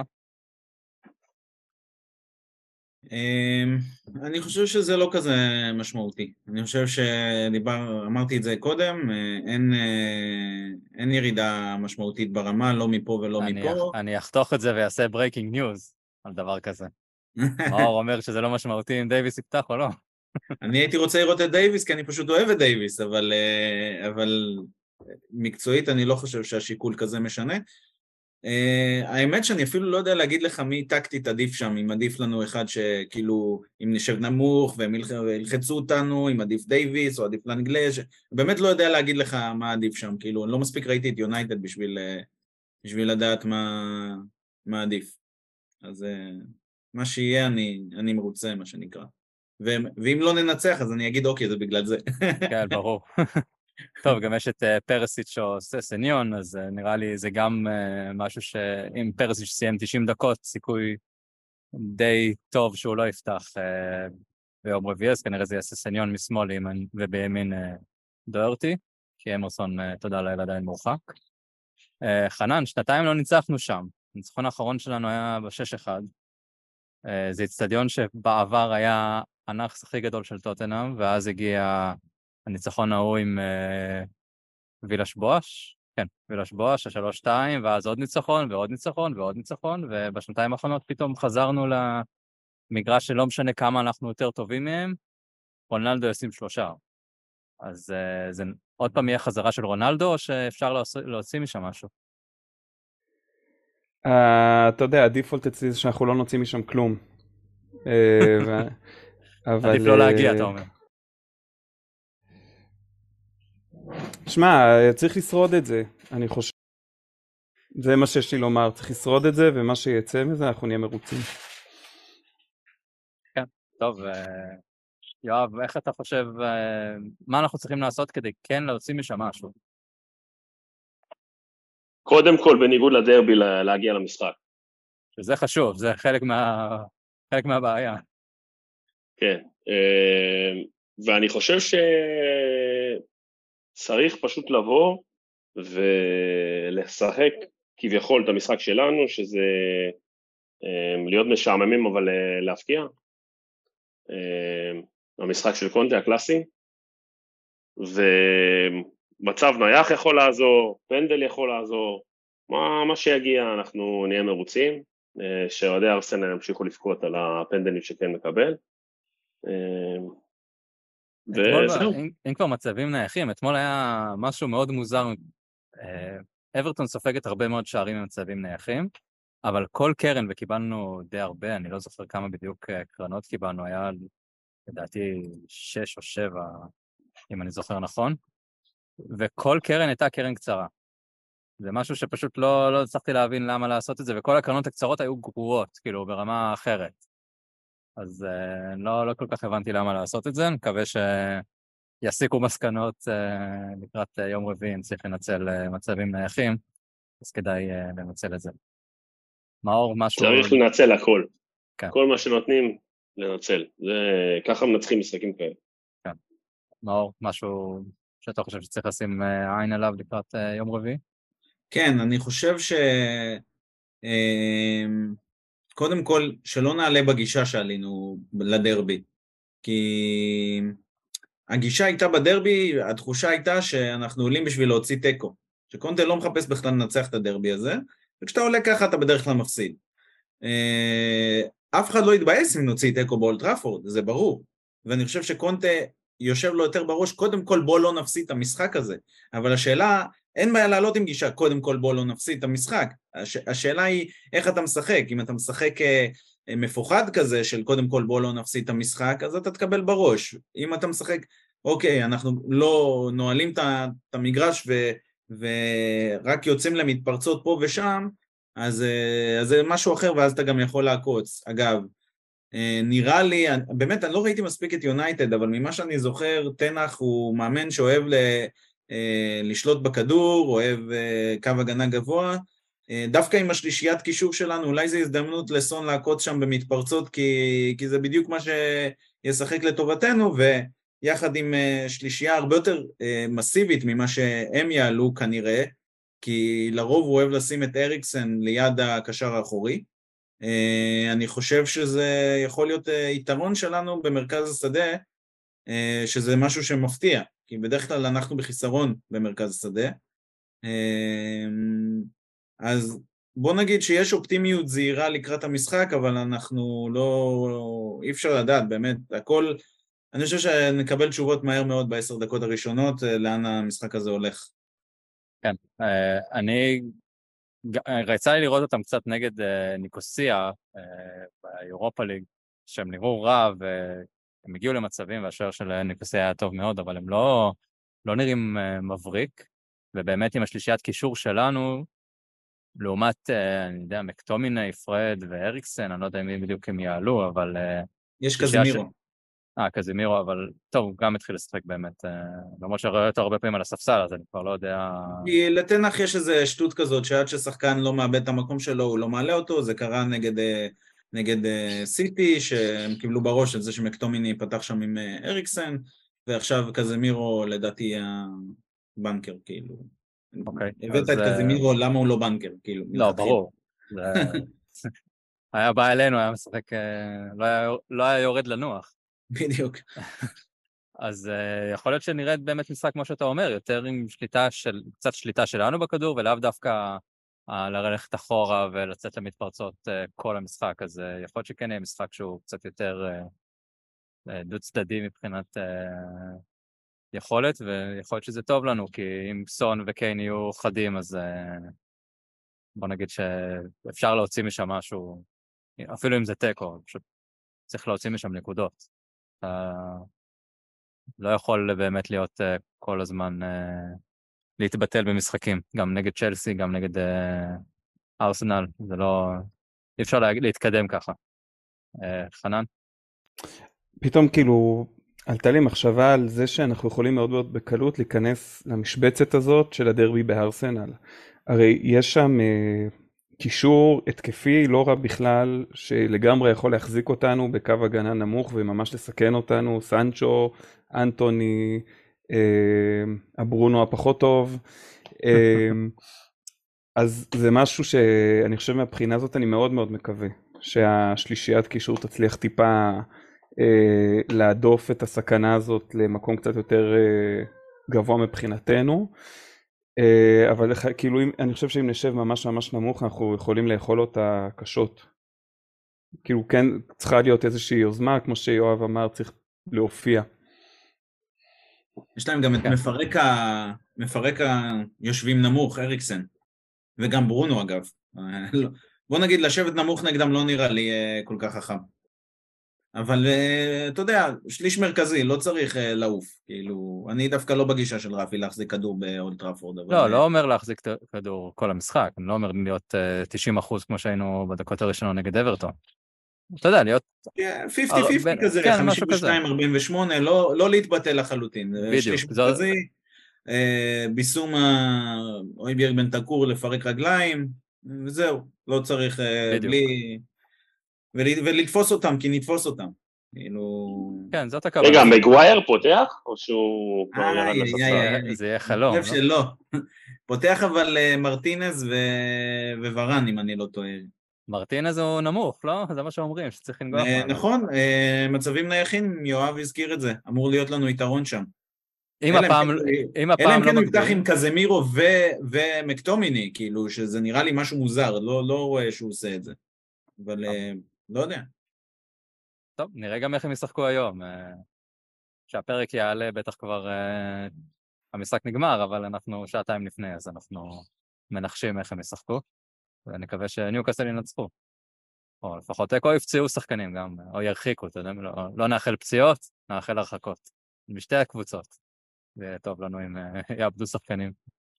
אני חושב שזה לא כזה משמעותי. אני חושב אמרתי את זה קודם, אין ירידה משמעותית ברמה, לא מפה ולא מפה. אני אחתוך את זה ויעשה ברייקינג ניוז על דבר כזה. מאור אומר שזה לא משמעותי אם דייביס יפתח או לא. אני הייתי רוצה לראות את דייביס, כי אני פשוט אוהב את דייביס, אבל מקצועית אני לא חושב שהשיקול כזה משנה. האמת שאני אפילו לא יודע להגיד לך מי טקטית עדיף שם, אם עדיף לנו אחד שכאילו, אם נשב נמוך והם ילחצו אותנו, אם עדיף דייביס או עדיף לנגלה, באמת לא יודע להגיד לך מה עדיף שם, כאילו, אני לא מספיק ראיתי את יונייטד בשביל לדעת מה עדיף. אז מה שיהיה אני מרוצה, מה שנקרא. ואם לא ננצח, אז אני אגיד אוקיי, זה בגלל זה. כן, ברור. טוב, גם יש את פרסיץ' או סניון, אז נראה לי זה גם משהו שאם פרסיץ' סיים 90 דקות, סיכוי די טוב שהוא לא יפתח ביום רביעי, אז כנראה זה יעשה סניון משמאל ובימין דוארטי, כי אמרסון, תודה לאל, עדיין מורחק. חנן, 2 לא ניצחנו שם, הניצחון האחרון שלנו היה ב-6-1, זה אצטדיון שבעבר היה הנכס הכי גדול של טוטנהאם, ואז הגיע הניצחון ההוא עם וילש בואש, כן, וילש בואש, 3-2, ואז עוד ניצחון, ועוד ניצחון, ועוד ניצחון, ובשנתיים האחרונות פתאום חזרנו למגרש שלא משנה כמה אנחנו יותר טובים מהם, רונלדו ישים 3. אז זה עוד פעם יהיה חזרה של רונלדו, או שאפשר להוציא משם משהו? אתה יודע, הדיפולט אצלי זה שאנחנו לא נוציא משם כלום. עדיף לא להגיע, אתה אומר. שמע, צריך לשרוד את זה, אני חושב. זה מה שיש לי לומר, צריך לשרוד את זה, ומה שיצא מזה אנחנו נהיה מרוצים. טוב, יואב, איך אתה חושב, מה אנחנו צריכים לעשות כדי כן להוציא משם משהו? קודם כל, בניגוד לדרבי, להגיע למשחק. שזה חשוב, זה חלק מהבעיה. כן, ואני חושב שצריך פשוט לבוא ולשחק כביכול את המשחק שלנו, שזה להיות משעממים אבל להפקיע. המשחק של קונטה הקלאסי, ומצב נייח יכול לעזור, פנדל יכול לעזור, מה שיגיע אנחנו נהיה מרוצים, שאוהדי ארסנל ימשיכו לבכות על הפנדלים שכן מקבל. וזהו. אם כבר מצבים נייחים, אתמול היה משהו מאוד מוזר, אברטון סופגת הרבה מאוד שערים במצבים נייחים, אבל כל קרן, וקיבלנו די הרבה, אני לא זוכר כמה בדיוק קרנות קיבלנו, היה לדעתי 6 או 7, אם אני זוכר נכון, וכל קרן הייתה קרן קצרה. זה משהו שפשוט לא הצלחתי להבין למה לעשות את זה, וכל הקרנות הקצרות היו גרועות, כאילו, ברמה אחרת. אז לא כל כך הבנתי למה לעשות את זה, אני מקווה שיסיקו מסקנות לקראת יום רביעי, צריך לנצל מצבים נייחים, אז כדאי לנצל את זה. מאור, משהו... צריך לנצל הכל. כן. כל מה שנותנים, לנצל. ככה מנצחים משחקים כאלה. כן. מאור, משהו שאתה חושב שצריך לשים עין עליו לקראת יום רביעי? כן, אני חושב קודם כל, שלא נעלה בגישה שעלינו לדרבי, כי הגישה הייתה בדרבי, התחושה הייתה שאנחנו עולים בשביל להוציא טקו, שקונטה לא מחפש בכלל לנצח את הדרבי הזה, וכשאתה עולה ככה אתה בדרך כלל מפסיד. אף אחד לא יתבאס אם נוציא טקו באולד טראפורד, זה ברור, ואני חושב שקונטה יושב לו יותר בראש, קודם כל בוא לא נפסיד את המשחק הזה, אבל השאלה, אין בעיה לעלות עם גישה, קודם כל בוא לא נפסיד את המשחק, השאלה היא איך אתה משחק, אם אתה משחק מפוחד כזה של קודם כל בוא לא נפסיד את המשחק, אז אתה תקבל בראש, אם אתה משחק, אוקיי, אנחנו לא נועלים את המגרש ורק יוצאים למתפרצות פה ושם, אז זה משהו אחר ואז אתה גם יכול לעקוץ. אגב, נראה לי, באמת אני לא ראיתי מספיק את יונייטד, אבל ממה שאני זוכר, תנח הוא מאמן שאוהב לשלוט בכדור, אוהב קו הגנה גבוה, דווקא עם השלישיית קישור שלנו, אולי זו הזדמנות לסון לעקוץ שם במתפרצות, כי זה בדיוק מה שישחק לטובתנו, ויחד עם שלישייה הרבה יותר מסיבית ממה שהם יעלו כנראה, כי לרוב הוא אוהב לשים את אריקסן ליד הקשר האחורי, אני חושב שזה יכול להיות יתרון שלנו במרכז השדה, שזה משהו שמפתיע, כי בדרך כלל אנחנו בחיסרון במרכז השדה, אז בוא נגיד שיש אופטימיות זהירה לקראת המשחק, אבל אנחנו אי אפשר לדעת, באמת, הכל, אני חושב שנקבל תשובות מהר מאוד ב10 דקות הראשונות, לאן המשחק הזה הולך. כן, אני רצה לי לראות אותם קצת נגד ניקוסיה באירופה ליג, שהם נראו רע והם הגיעו למצבים, והשוער של ניקוסיה היה טוב מאוד, אבל הם לא נראים מבריק, ובאמת עם השלישיית קישור שלנו, לעומת, אני יודע, מקטומיני, פרד ואריקסן, אני לא יודע מי בדיוק הם יעלו, אבל... יש קזמירו. קזמירו, אבל טוב, הוא גם התחיל לשחק באמת, למרות שראה אותו הרבה פעמים על הספסל, אז אני כבר לא יודע... לתנח יש איזו שטות כזאת, שעד ששחקן לא מאבד את המקום שלו, הוא לא מעלה אותו, זה קרה נגד סיטי, שהם קיבלו בראש את זה שמקטומיני פתח שם עם אריקסן, ועכשיו קזמירו לדעתי הבנקר, כאילו. הבאת את קזמירו, למה הוא לא בנקר, כאילו. לא, ברור. היה בא אלינו, היה משחק, לא היה יורד לנוח. בדיוק. אז יכול להיות שנראית באמת משחק כמו שאתה אומר, יותר עם קצת שליטה שלנו בכדור, ולאו דווקא ללכת אחורה ולצאת למתפרצות כל המשחק, אז יכול להיות שכן יהיה משחק שהוא קצת יותר דו צדדי מבחינת יכולת, ויכול להיות שזה טוב לנו, כי אם סון וקיין יהיו חדים, אז בוא נגיד שאפשר להוציא משם משהו, אפילו אם זה טקו, פשוט צריך להוציא משם נקודות. לא יכול באמת להיות כל הזמן להתבטל במשחקים, גם נגד צ'לסי, גם נגד ארסנל, זה לא... אי אפשר להתקדם ככה. חנן? פתאום כאילו עלתה לי מחשבה על זה שאנחנו יכולים מאוד מאוד בקלות להיכנס למשבצת הזאת של הדרבי בארסנל. הרי יש שם קישור התקפי לא רע בכלל, שלגמרי יכול להחזיק אותנו בקו הגנה נמוך וממש לסכן אותנו, סנצ'ו, אנטוני, הברונו הפחות טוב. אז זה משהו שאני חושב מהבחינה הזאת אני מאוד מאוד מקווה שהשלישיית קישור תצליח טיפה להדוף את הסכנה הזאת למקום קצת יותר גבוה מבחינתנו, אבל כאילו אני חושב שאם נשב ממש ממש נמוך אנחנו יכולים לאכול אותה קשות. כאילו כן צריכה להיות איזושהי יוזמה, כמו שיואב אמר, צריך להופיע. יש להם גם את מפרק היושבים נמוך, אריקסן, וגם ברונו אגב. בוא נגיד, לשבת נמוך נגדם לא נראה לי כל כך חכם. אבל אתה יודע, שליש מרכזי, לא צריך לעוף. כאילו, אני דווקא לא בגישה של רפי להחזיק כדור באולד טראפורד. לא אומר להחזיק כדור כל המשחק, אני לא אומר להיות 90% כמו שהיינו בדקות הראשונות נגד אברטון. אתה יודע, להיות 50-50 כזה, 52-48, לא להתבטא לחלוטין. שליש מרכזי, ביסומה, אויבייר בן תקור לפרק רגליים, וזהו, לא צריך בלי... ולתפוס אותם, כי נתפוס אותם. כן, זאת הכוונה. רגע, מגווייר פותח? או שהוא כבר ירד לספסל? זה יהיה חלום, אני חושב שלא. פותח אבל מרטינז וורן, אם אני לא טועה. מרטינז הוא נמוך, לא? זה מה שאומרים, שצריך לנגוח. נכון, מצבים נייחים, יואב הזכיר את זה. אמור להיות לנו יתרון שם. אם הפעם לא מגדיל. נפתח עם קזמירו ומקטומיני, כאילו, שזה נראה לי משהו מוזר, לא רואה שהוא עושה את זה. אבל לא יודע. טוב, נראה גם איך הם ישחקו היום. שהפרק יעלה, בטח כבר המשחק נגמר, אבל אנחנו שעתיים לפני, אז אנחנו מנחשים איך הם ישחקו, ונקווה שניוקאסל ינצחו. או לפחות או יפציעו שחקנים גם, או ירחיקו, אתה יודע, לא נאחל פציעות, נאחל הרחקות. בשתי הקבוצות. זה טוב לנו אם יאבדו שחקנים.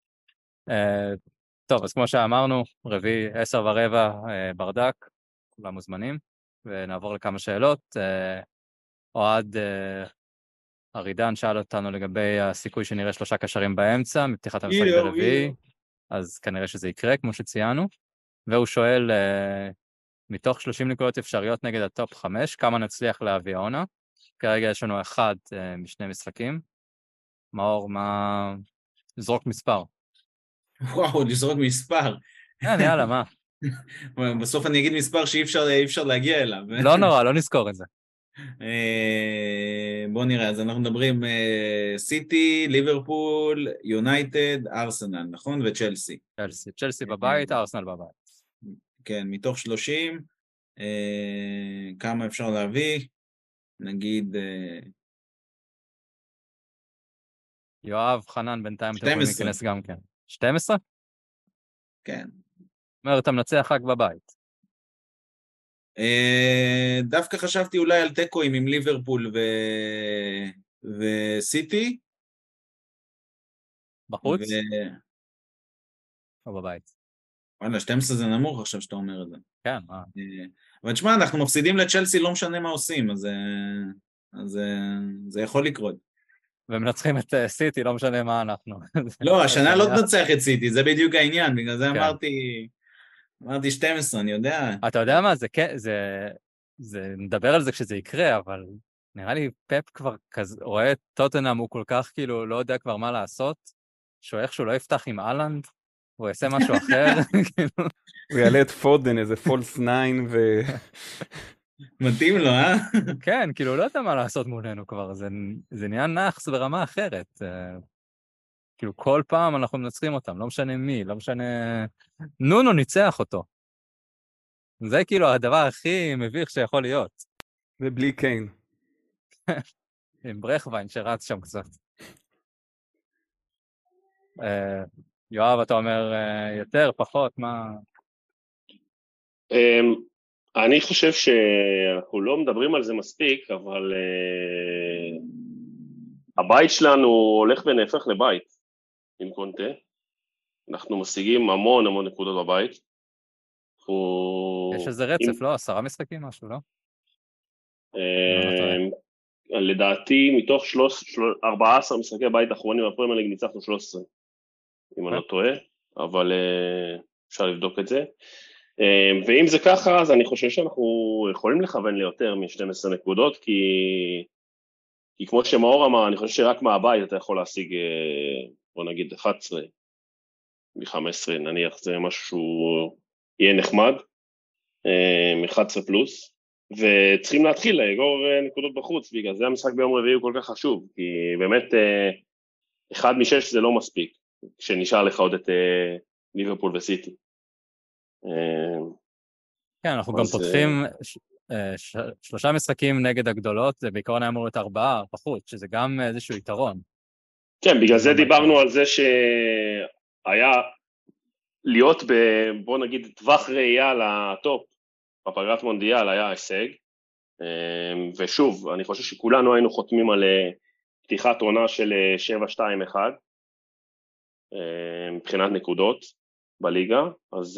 טוב, אז כמו שאמרנו, רביעי 10:15 ברדק, כולם מוזמנים, ונעבור לכמה שאלות. אוהד ארידן שאל אותנו לגבי הסיכוי שנראה 3 קשרים באמצע, מפתיחת המשחק ברביעי, אז כנראה שזה יקרה, כמו שציינו, והוא שואל, מתוך 30 נקודות אפשריות נגד הטופ 5, כמה נצליח להביא העונה? כרגע יש לנו 1 משני משחקים. מאור, זרוק מספר. וואו, לזרוק מספר. יאללה, מה? בסוף אני אגיד מספר שאי אפשר להגיע אליו. לא נורא, לא נזכור את זה. בוא נראה, אז אנחנו מדברים סיטי, ליברפול, יונייטד, ארסנל, נכון? וצ'לסי. צ'לסי בבית, ארסנל בבית. כן, מתוך 30, כמה אפשר להביא? נגיד... יואב, חנן, בינתיים אתם יכולים להיכנס גם כן. 12? כן. אומר, אתה מנצח רק בבית. דווקא חשבתי אולי על טקואים עם ליברפול וסיטי. בחוץ? או בבית? וואלה, 12 זה נמוך עכשיו שאתה אומר את זה. כן, אבל תשמע, אנחנו מפסידים לצ'לסי, לא משנה מה עושים, אז זה יכול לקרות. ומנצחים את סיטי, לא משנה מה אנחנו. לא, השנה לא תנצח את סיטי, זה בדיוק העניין, בגלל זה אמרתי 12, אני יודע. אתה יודע מה, נדבר על זה כשזה יקרה, אבל נראה לי פפ כבר רואה את טוטנהאם, הוא כל כך כאילו לא יודע כבר מה לעשות, שהוא איכשהו לא יפתח עם אלנד, הוא יעשה משהו אחר. הוא יעלה את פודן, איזה פולס 9 מתאים לו, אה? כן, כאילו לא יודע מה לעשות מולנו כבר, זה נהיה נחס ברמה אחרת. כאילו כל פעם אנחנו מנצחים אותם, לא משנה מי, לא משנה... נונו ניצח אותו. זה כאילו הדבר הכי מביך שיכול להיות. ובלי קיין. עם ברכווין שרץ שם קצת. יואב, אתה אומר יותר, פחות, מה... אני חושב שאנחנו לא מדברים על זה מספיק, אבל הבית שלנו הולך ונהפך לבית עם קונטה. אנחנו משיגים המון נקודות בבית. יש איזה רצף, לא? 10 משחקים משהו, לא? לדעתי מתוך 14 משחקי בית האחרונים בפרמייר ליג ניצחנו 13, אם אני לא טועה, אבל אפשר לבדוק את זה. ואם זה ככה, אז אני חושב שאנחנו יכולים לכוון ליותר מ-12 נקודות, כי כמו שמאור אמר, אני חושב שרק מהבית אתה יכול להשיג, בוא נגיד 11 מ-15, נניח זה משהו שהוא יהיה נחמד, 11 פלוס, וצריכים להתחיל לאגור נקודות בחוץ, בגלל זה המשחק ביום רביעי הוא כל כך חשוב, כי באמת 1 מ-6 זה לא מספיק, כשנשאר לך עוד את ליברפול וסיטי. כן, אנחנו גם פותחים 3 משחקים נגד הגדולות, זה בעיקרון היה אמור להיות 4 בחוץ, שזה גם איזשהו יתרון. כן, בגלל זה דיברנו על זה שהיה להיות בוא נגיד טווח ראייה לטופ, בפגרת מונדיאל היה הישג, ושוב, אני חושב שכולנו היינו חותמים על פתיחת עונה של 7-2-1, מבחינת נקודות בליגה, אז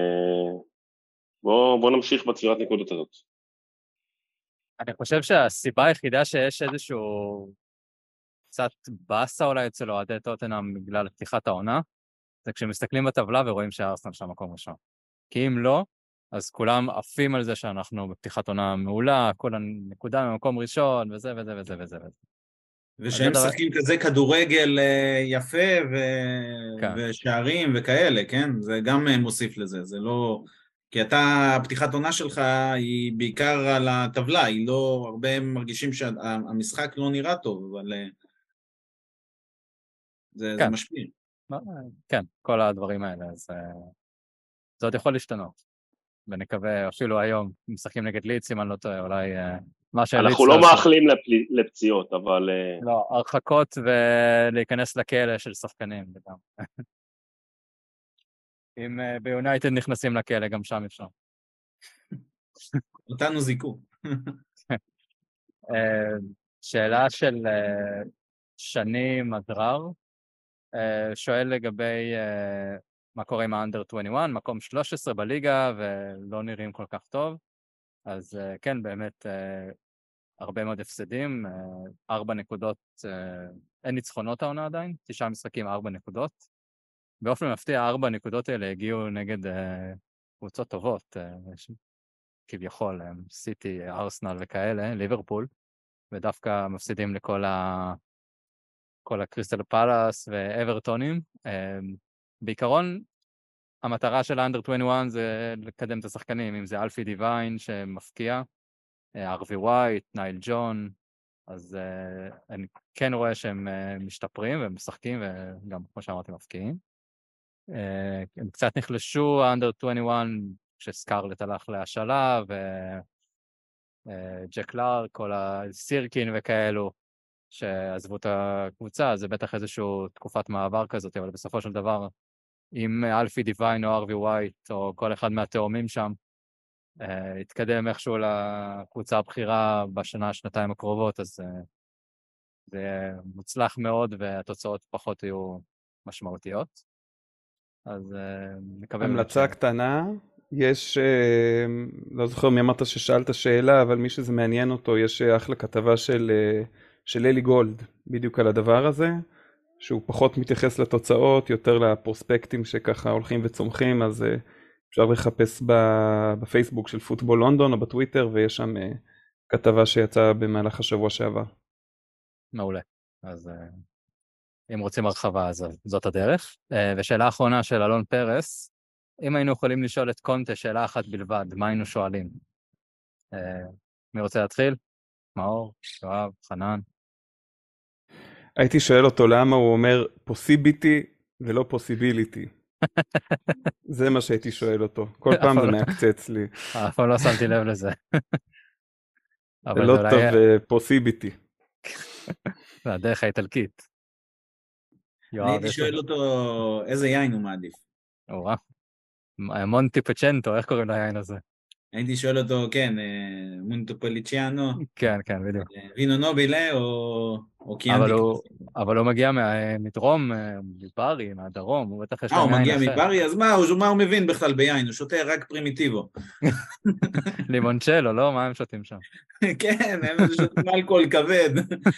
בוא נמשיך בצבירת נקודות הזאת. אני חושב שהסיבה היחידה שיש איזשהו קצת בסה אולי אצל אוהדי טוטנהאם בגלל פתיחת העונה, זה כשמסתכלים בטבלה ורואים שהארסנל שם מקום ראשון. כי אם לא, אז כולם עפים על זה שאנחנו בפתיחת עונה מעולה, כל הנקודה ממקום ראשון, וזה וזה וזה וזה. ושהם משחקים כזה כדורגל יפה ושערים וכאלה, כן? זה גם מוסיף לזה, זה לא... כי הפתיחת עונה שלך היא בעיקר על הטבלה, היא לא... הרבה מרגישים שהמשחק לא נראה טוב, אבל זה משפיע. כן, כל הדברים האלה, אז זה עוד יכול להשתנות. ונקווה, אפילו היום, משחקים נגד ליץ, אם אני לא טועה, אולי מה שליץ... אנחנו לא מאחלים לפציעות, אבל... לא, הרחקות ולהיכנס לכלא של שחקנים, וגם. אם ביונייטד נכנסים לכלא, גם שם אפשר. אותנו זיקו. שאלה של שני מדרר, שואל לגבי מה קורה עם האנדר 21, מקום 13 בליגה ולא נראים כל כך טוב, אז כן, באמת הרבה מאוד הפסדים, 4 נקודות, אין ניצחונות העונה עדיין, 9 משחקים, 4 נקודות. באופן מפתיע, 4 נקודות האלה הגיעו נגד קבוצות טובות, כביכול, סיטי, ארסנל וכאלה, ליברפול, ודווקא מפסידים לכל כל הקריסטל פלאס ואברטונים. בעיקרון, המטרה של האנדר 21 זה לקדם את השחקנים, אם זה אלפי דיוויין שמפקיע, ארווי ווייט, נייל ג'ון, אז אני כן רואה שהם משתפרים ומשחקים, וגם כמו שאמרתי מפקיעים. הם קצת נחלשו, האנדר 21, כשסקארלט הלך להשאלה, וג'ק לארק, כל הסירקין וכאלו, שעזבו את הקבוצה, זה בטח איזשהו תקופת מעבר כזאת, אבל בסופו של דבר, אם אלפי דיוויין או ארווי ווייט, או כל אחד מהתאומים שם, יתקדם איכשהו לקבוצה הבחירה בשנה, שנתיים הקרובות, אז זה מוצלח מאוד, והתוצאות פחות יהיו משמעותיות. אז מקווה... המלצה קטנה, יש, לא זוכר מי אמרת ששאלת שאלה, אבל מי שזה מעניין אותו, יש אחלה כתבה של אלי גולד, בדיוק על הדבר הזה, שהוא פחות מתייחס לתוצאות, יותר לפרוספקטים שככה הולכים וצומחים, אז אפשר לחפש בפייסבוק של פוטבול לונדון או בטוויטר, ויש שם כתבה שיצאה במהלך השבוע שעבר. מעולה. אז אם רוצים הרחבה, אז זאת הדרך. ושאלה האחרונה של אלון פרס, אם היינו יכולים לשאול את קונטה שאלה אחת בלבד, מה היינו שואלים? מי רוצה להתחיל? מאור, יואב, חנן? הייתי שואל אותו למה הוא אומר possibility ולא possibility. זה מה שהייתי שואל אותו. כל פעם זה מעקצץ לי. אף פעם לא שמתי לב לזה. זה לא טוב possibility. זה הדרך האיטלקית. אני הייתי שואל אותו איזה יין הוא מעדיף. מונטי פצ'נטו, איך קוראים ליין הזה? הייתי שואל אותו, כן, מונטופוליצ'יאנו, כן, כן, בדיוק. וינו נובילה או קיאנטי קלאסי. אבל הוא מגיע מדרום, מברי, מהדרום, הוא בטח יש הוא להם יין מגיע אחר. מברי, אז מה הוא מבין בכלל ביין? הוא שותה רק פרימיטיבו. לימונצ'לו, לא? מה הם שותים שם? כן, הם שותים אלכוהול כבד.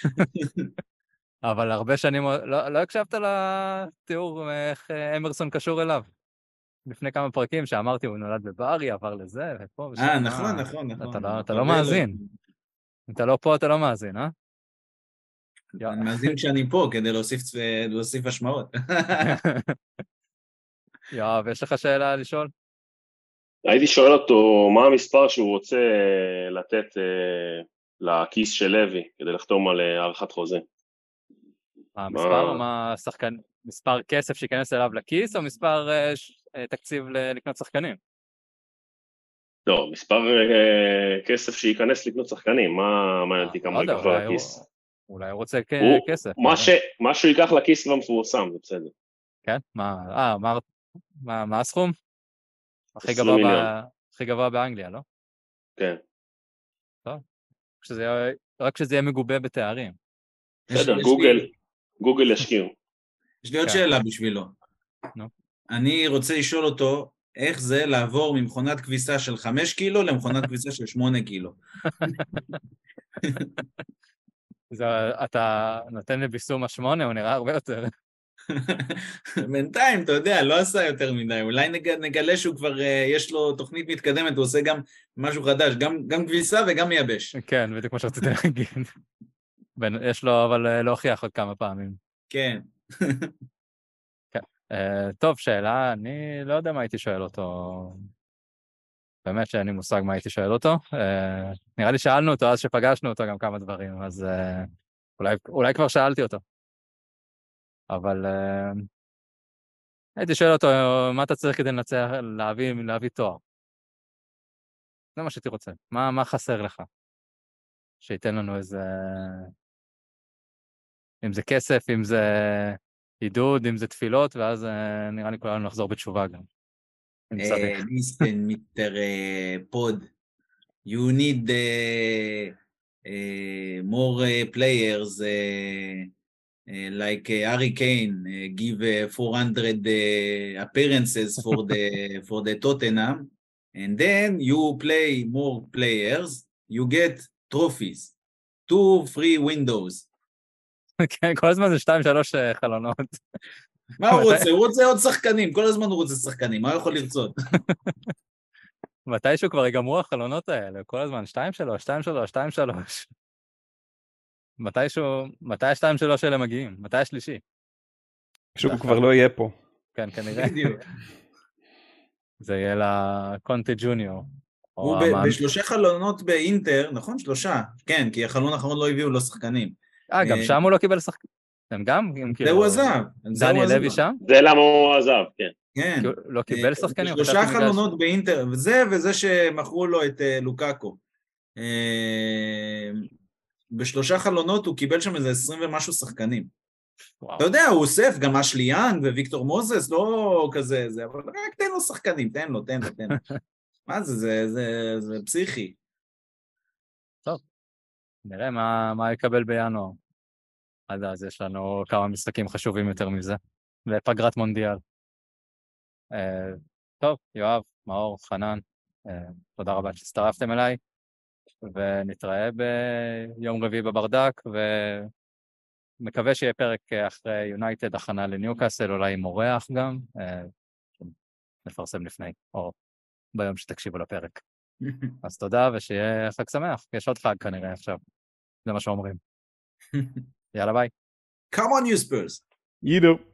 אבל הרבה שנים, לא הקשבת לתיאור איך אמרסון קשור אליו. לפני כמה פרקים שאמרתי, הוא נולד בברי, עבר לזה, ופה ושם. נכון. אתה לא מאזין. אם אתה לא פה, אתה לא מאזין, אה? אני מאזין כשאני פה, כדי להוסיף השמעות. יואב, יש לך שאלה לשאול? הייתי שואל אותו מה המספר שהוא רוצה לתת לכיס של לוי, כדי לחתום על הערכת חוזה. המספר או מה שחקן, מספר כסף שיכנס אליו לכיס, או מספר תקציב לקנות שחקנים? לא, מספר כסף שייכנס לקנות שחקנים, מה מעניין אותי כמה הוא ייקח לו לכיס? אולי הוא רוצה כסף. מה שהוא ייקח לכיס לא מפורסם, זה בסדר. כן? מה הסכום? 20 מיליון. הכי גבוה באנגליה, לא? כן. טוב. רק שזה יהיה מגובה בתארים. בסדר, גוגל ישקיעו. יש לי עוד שאלה בשבילו. אני רוצה לשאול אותו, איך זה לעבור ממכונת כביסה של 5 קילו למכונת כביסה של 8 קילו? אתה נותן לביסום 8, הוא נראה הרבה יותר. בינתיים, אתה יודע, לא עשה יותר מדי. אולי נגלה שהוא כבר, יש לו תוכנית מתקדמת, הוא עושה גם משהו חדש, גם כביסה וגם מייבש. כן, בדיוק כמו שרציתי להגיד. יש לו אבל להוכיח עוד כמה פעמים. כן. טוב, שאלה, אני לא יודע מה הייתי שואל אותו. באמת שאין לי מושג מה הייתי שואל אותו. נראה לי שאלנו אותו אז שפגשנו אותו גם כמה דברים, אז אולי כבר שאלתי אותו. אבל הייתי שואל אותו, מה אתה צריך כדי לנצח, להביא תואר? זה מה שהייתי רוצה. מה חסר לך? שייתן לנו איזה... אם זה כסף, אם זה עידוד, אם זה תפילות, ואז נראה לי כולנו נחזור בתשובה גם. Listen, Mr. Pod, you need more players like Harry Kane, give 400 appearances for the Tottenham, and then you play more players, you get trophies, 2 free windows. כן, כל הזמן זה 2-3 חלונות. מה הוא רוצה? הוא רוצה עוד שחקנים, כל הזמן הוא רוצה שחקנים, מה הוא יכול לרצות? מתישהו כבר יגמרו החלונות האלה, כל הזמן 2-3. מתי ה-2-3 האלה מגיעים? מתי השלישי? שהוא כבר לא יהיה פה. כן, כנראה. זה יהיה לקונטה ג'וניור. הוא ב3 חלונות באינטר, נכון? 3, כן, כי החלון האחרון לא הביאו לו שחקנים. גם שם הוא לא קיבל שחקנים. הם גם? זה הוא עזב. דניאל לוי שם? זה למה הוא עזב, כן. כן. לא קיבל שחקנים? 3 חלונות באינטר, וזה שמכרו לו את לוקאקו. ב3 חלונות הוא קיבל שם איזה 20 ומשהו שחקנים. אתה יודע, הוא אוסף גם אשלי יאנג וויקטור מוזס, לא כזה, אבל רק תן לו שחקנים, תן לו. מה זה פסיכי. טוב, נראה מה יקבל בינואר. עד אז יש לנו כמה משחקים חשובים יותר מזה, לפגרת מונדיאל. טוב, יואב, מאור, חנן, תודה רבה שהצטרפתם אליי, ונתראה ביום רביעי בברדק, ומקווה שיהיה פרק אחרי יונייטד, הכנה לניוקאסל, אולי עם אורח גם, נפרסם לפני, או ביום שתקשיבו לפרק. אז תודה, ושיהיה חג שמח, יש עוד חג כנראה עכשיו, זה מה שאומרים. יאללה ביי. Come on you Spurs. יידו.